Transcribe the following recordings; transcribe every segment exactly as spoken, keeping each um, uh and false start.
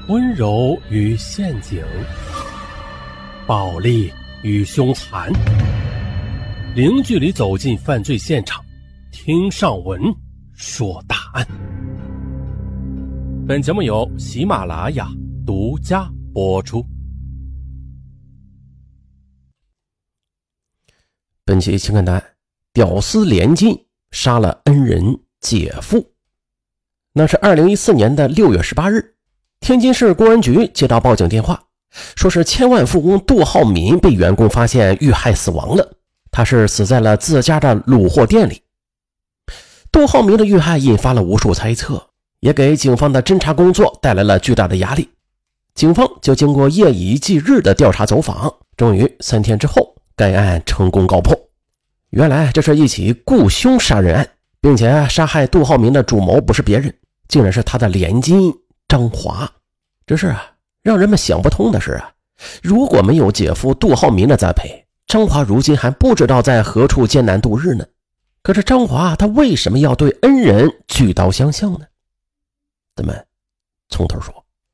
温柔与陷阱，暴力与凶残，零距离走进犯罪现场，听上文说大案。本节目由喜马拉雅独家播出。 本期情感答案：屌丝连金杀了恩人姐夫。那是二零一四年的六月十八日，天津市公安局接到报警电话，说是千万富翁杜浩民被员工发现遇害死亡了，他是死在了自家的卤货店里。杜浩民的遇害引发了无数猜测，也给警方的侦查工作带来了巨大的压力。警方就经过夜以继日的调查走访，终于三天之后，该案成功告破。原来这是一起雇凶杀人案，并且杀害杜浩民的主谋不是别人，竟然是他的连金张华。只是啊，让人们想不通的是啊，如果没有姐夫杜浩民的栽培，张华如今还不知道在何处艰难度日呢。可是张华他为什么要对恩人举刀相向呢？咱们从头说。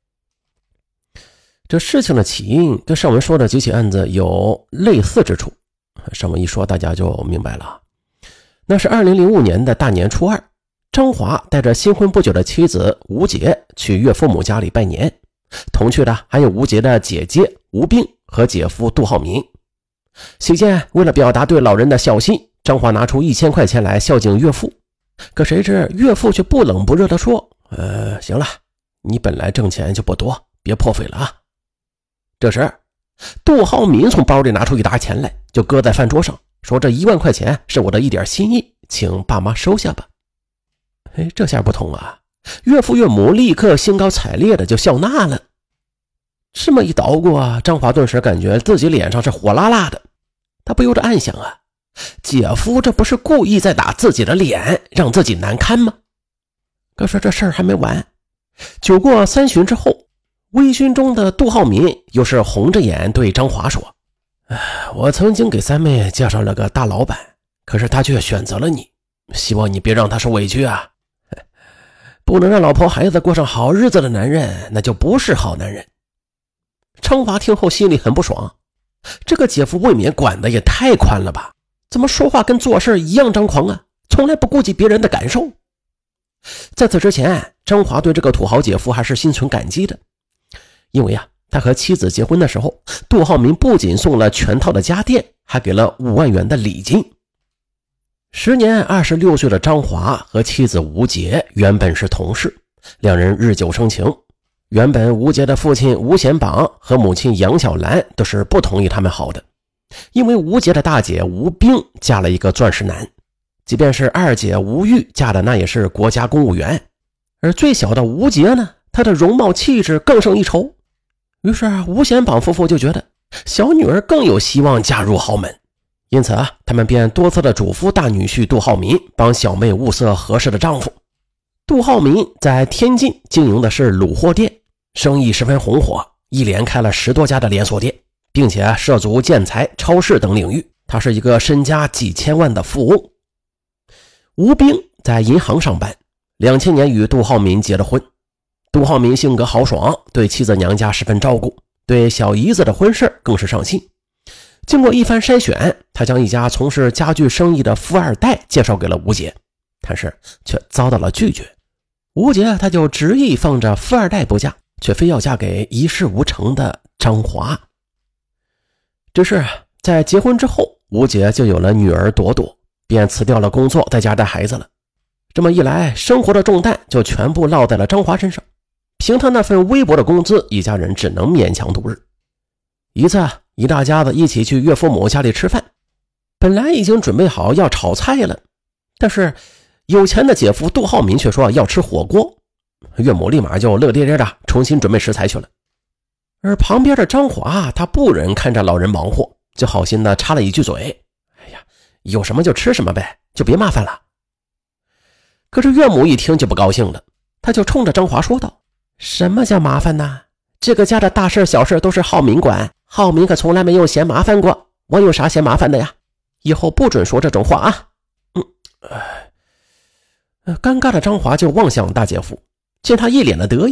这事情的起因跟上文说的几起案子有类似之处，上文一说大家就明白了。那是二零零五年的大年初二，张华带着新婚不久的妻子吴杰去岳父母家里拜年，同去的还有吴杰的姐姐吴冰和姐夫杜浩民。席间为了表达对老人的孝心，张华拿出一千块钱来孝敬岳父。可谁知岳父却不冷不热地说：呃，行了，你本来挣钱就不多，别破费了啊。这时杜浩民从包里拿出一沓钱来，就搁在饭桌上，说这一万块钱是我的一点心意，请爸妈收下吧。哎，这下不同啊，岳父岳母立刻兴高采烈的就笑纳了。这么一捣鼓啊，张华顿时感觉自己脸上是火辣辣的，他不由得暗想啊，姐夫这不是故意在打自己的脸，让自己难堪吗？可是这事儿还没完，酒过三巡之后，微醺中的杜浩民又是红着眼对张华说：我曾经给三妹介绍了个大老板，可是他却选择了你，希望你别让他受委屈啊。不能让老婆孩子过上好日子的男人，那就不是好男人。张华听后心里很不爽，这个姐夫未免管得也太宽了吧，怎么说话跟做事一样张狂啊，从来不顾及别人的感受。在此之前，张华对这个土豪姐夫还是心存感激的，因为啊，他和妻子结婚的时候，杜浩民不仅送了全套的家电，还给了五万元的礼金。时年二十六岁的张华和妻子吴杰原本是同事，两人日久生情。原本吴杰的父亲吴显榜和母亲杨小兰都是不同意他们好的，因为吴杰的大姐吴冰嫁了一个钻石男，即便是二姐吴玉嫁的那也是国家公务员，而最小的吴杰呢，他的容貌气质更胜一筹。于是吴显榜夫妇就觉得小女儿更有希望嫁入豪门，因此啊，他们便多次的嘱咐大女婿杜浩民帮小妹物色合适的丈夫。杜浩民在天津经营的是卤货店，生意十分红火，一连开了十多家的连锁店，并且涉足建材、超市等领域，他是一个身家几千万的富翁。吴冰在银行上班，两千年与杜浩民结了婚。杜浩民性格豪爽，对妻子娘家十分照顾，对小姨子的婚事更是上心。经过一番筛选，他将一家从事家具生意的富二代介绍给了吴杰，但是却遭到了拒绝。吴杰他就执意放着富二代不嫁，却非要嫁给一事无成的张华。只是在结婚之后，吴杰就有了女儿朵朵，便辞掉了工作，在家带孩子了。这么一来，生活的重担就全部落在了张华身上。凭他那份微薄的工资，一家人只能勉强度日。一次一大家子一起去岳父母家里吃饭，本来已经准备好要炒菜了，但是有钱的姐夫杜浩民却说要吃火锅，岳母立马就乐咧咧的重新准备食材去了。而旁边的张华他不忍看着老人忙活，就好心的插了一句嘴：哎呀，有什么就吃什么呗，就别麻烦了。可是岳母一听就不高兴了，他就冲着张华说道：什么叫麻烦呢？这个家的大事小事都是浩民管，浩民可从来没有嫌麻烦过，我有啥嫌麻烦的呀？以后不准说这种话啊。嗯，呃，尴尬的张华就望向大姐夫，见他一脸的得意，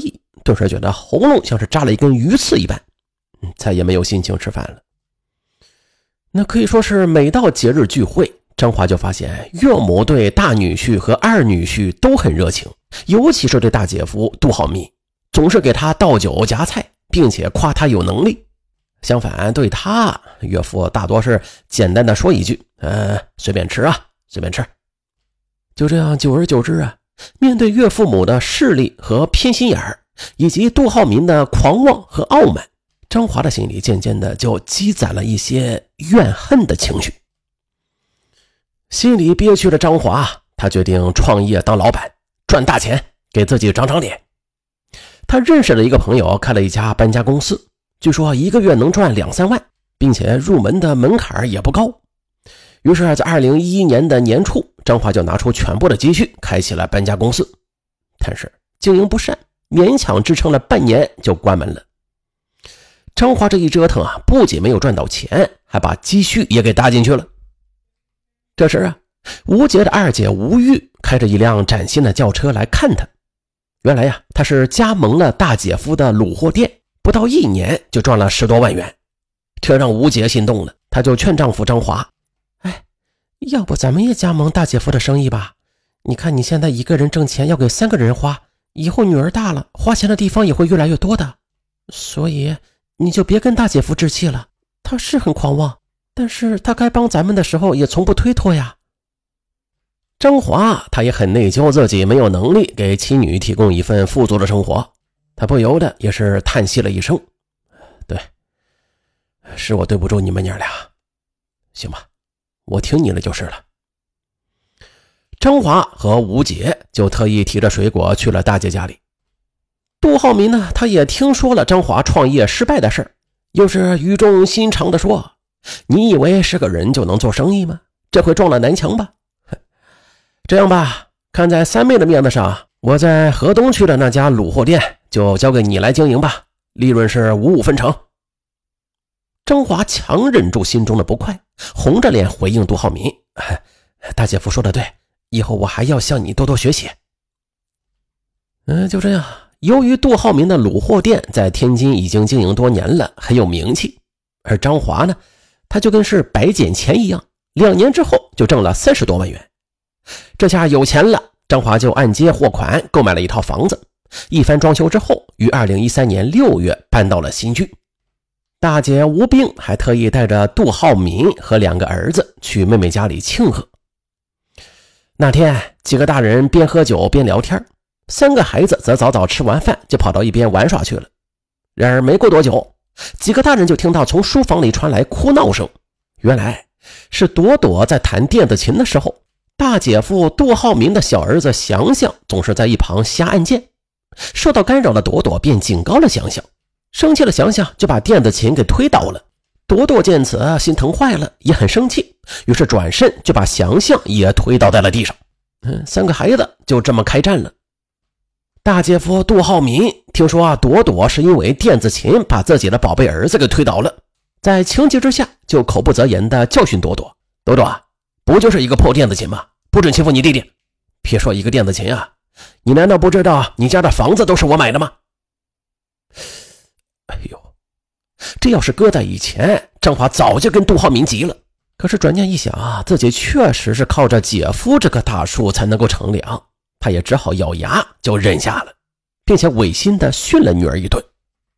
顿时觉得喉咙像是扎了一根鱼刺一般，再也没有心情吃饭了。那可以说是每到节日聚会，张华就发现岳母对大女婿和二女婿都很热情，尤其是对大姐夫杜浩民，总是给他倒酒夹菜，并且夸他有能力。相反对他，岳父大多是简单的说一句呃，随便吃啊，随便吃。就这样久而久之啊，面对岳父母的势力和偏心眼儿，以及杜浩民的狂妄和傲慢，张华的心里渐渐的就积攒了一些怨恨的情绪。心里憋屈的张华，他决定创业当老板，赚大钱，给自己长长脸。他认识了一个朋友，开了一家搬家公司，据说一个月能赚两三万，并且入门的门槛也不高。于是在二零一一年的年初，张华就拿出全部的积蓄开启了搬家公司，但是经营不善，勉强支撑了半年就关门了。张华这一折腾啊，不仅没有赚到钱，还把积蓄也给搭进去了。这时啊，吴杰的二姐吴玉开着一辆崭新的轿车来看他。原来呀、啊，他是加盟了大姐夫的卤货店，不到一年就赚了十多万元。这让吴杰心动了，他就劝丈夫张华，哎，要不咱们也加盟大姐夫的生意吧？你看你现在一个人挣钱要给三个人花，以后女儿大了，花钱的地方也会越来越多的。所以你就别跟大姐夫置气了，他是很狂妄，但是他该帮咱们的时候也从不推脱呀。张华他也很内疚自己没有能力给妻女提供一份富足的生活，他不由得也是叹息了一声，对，是我对不住你们娘俩，行吧，我听你的就是了。张华和吴杰就特意提着水果去了大姐家里。杜浩民呢，他也听说了张华创业失败的事儿，又是语重心长地说，你以为是个人就能做生意吗？这回撞了南墙吧。这样吧，看在三妹的面子上，我在河东区的那家卤货店就交给你来经营吧，利润是五五分成。张华强忍住心中的不快，红着脸回应杜浩民，大姐夫说的对，以后我还要向你多多学习。嗯，就这样，由于杜浩民的卤货店在天津已经经营多年了，很有名气，而张华呢，他就跟是白捡钱一样，两年之后就挣了三十多万元。这下有钱了，张华就按揭货款购买了一套房子，一番装修之后，于二零一三年六月搬到了新居。大姐吴冰还特意带着杜浩民和两个儿子去妹妹家里庆贺。那天几个大人边喝酒边聊天，三个孩子则早早吃完饭就跑到一边玩耍去了。然而没过多久，几个大人就听到从书房里传来哭闹声，原来是朵朵在弹电子琴的时候，大姐夫杜浩民的小儿子祥祥总是在一旁瞎按键，受到干扰的朵朵便警告了祥祥，生气了祥祥就把电子琴给推倒了。朵朵见此心疼坏了，也很生气，于是转身就把祥祥也推倒在了地上。嗯，三个孩子就这么开战了。大姐夫杜浩民听说啊，朵朵是因为电子琴把自己的宝贝儿子给推倒了，在情急之下就口不择言的教训朵朵，朵朵不就是一个破电子琴吗？不准欺负你弟弟。别说一个电子琴啊，你难道不知道你家的房子都是我买的吗？哎呦，这要是搁在以前，张华早就跟杜浩民急了。可是转念一想啊，自己确实是靠着姐夫这棵大树才能够乘凉，他也只好咬牙就忍下了，并且违心的训了女儿一顿。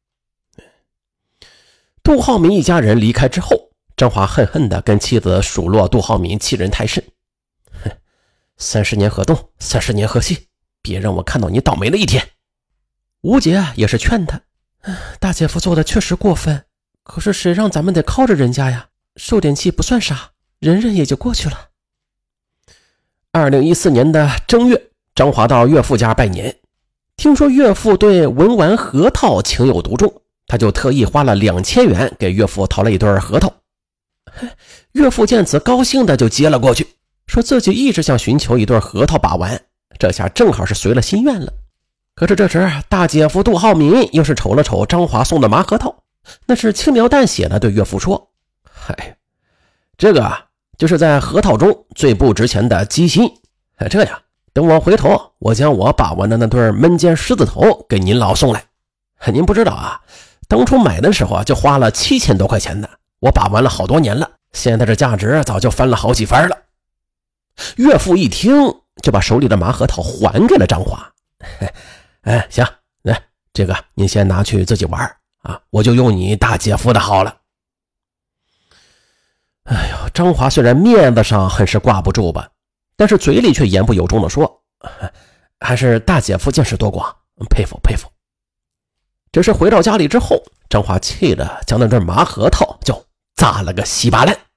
杜浩民一家人离开之后，张华恨恨地跟妻子数落杜浩民欺人太甚。哼，三十年河东，三十年河西，别让我看到你倒霉的一天。吴杰也是劝他，大姐夫做的确实过分，可是谁让咱们得靠着人家呀，受点气不算啥，忍忍也就过去了。二零一四年的正月，张华到岳父家拜年，听说岳父对文玩核桃情有独钟，他就特意花了两千元给岳父淘了一对核桃。岳父见此高兴的就接了过去，说自己一直想寻求一对核桃把玩，这下正好是随了心愿了。可是这时大姐夫杜浩民又是瞅了瞅张华送的麻核桃，那是轻描淡写的对岳父说，嗨，这个啊就是在核桃中最不值钱的鸡心，这样等我回头我将我把玩的那对闷尖狮子头给您老送来， 您不知道啊，当初买的时候啊就花了七千多块钱呢，我把玩了好多年了，现在这价值早就翻了好几番了。岳父一听就把手里的麻核桃还给了张华。哎，行，来，这个你先拿去自己玩啊，我就用你大姐夫的好了。哎呦，张华虽然面子上很是挂不住吧，但是嘴里却言不由衷地说，还是大姐夫见识多广，佩服佩服。只是回到家里之后，张华气得将那根麻核桃就砸了个稀巴烂。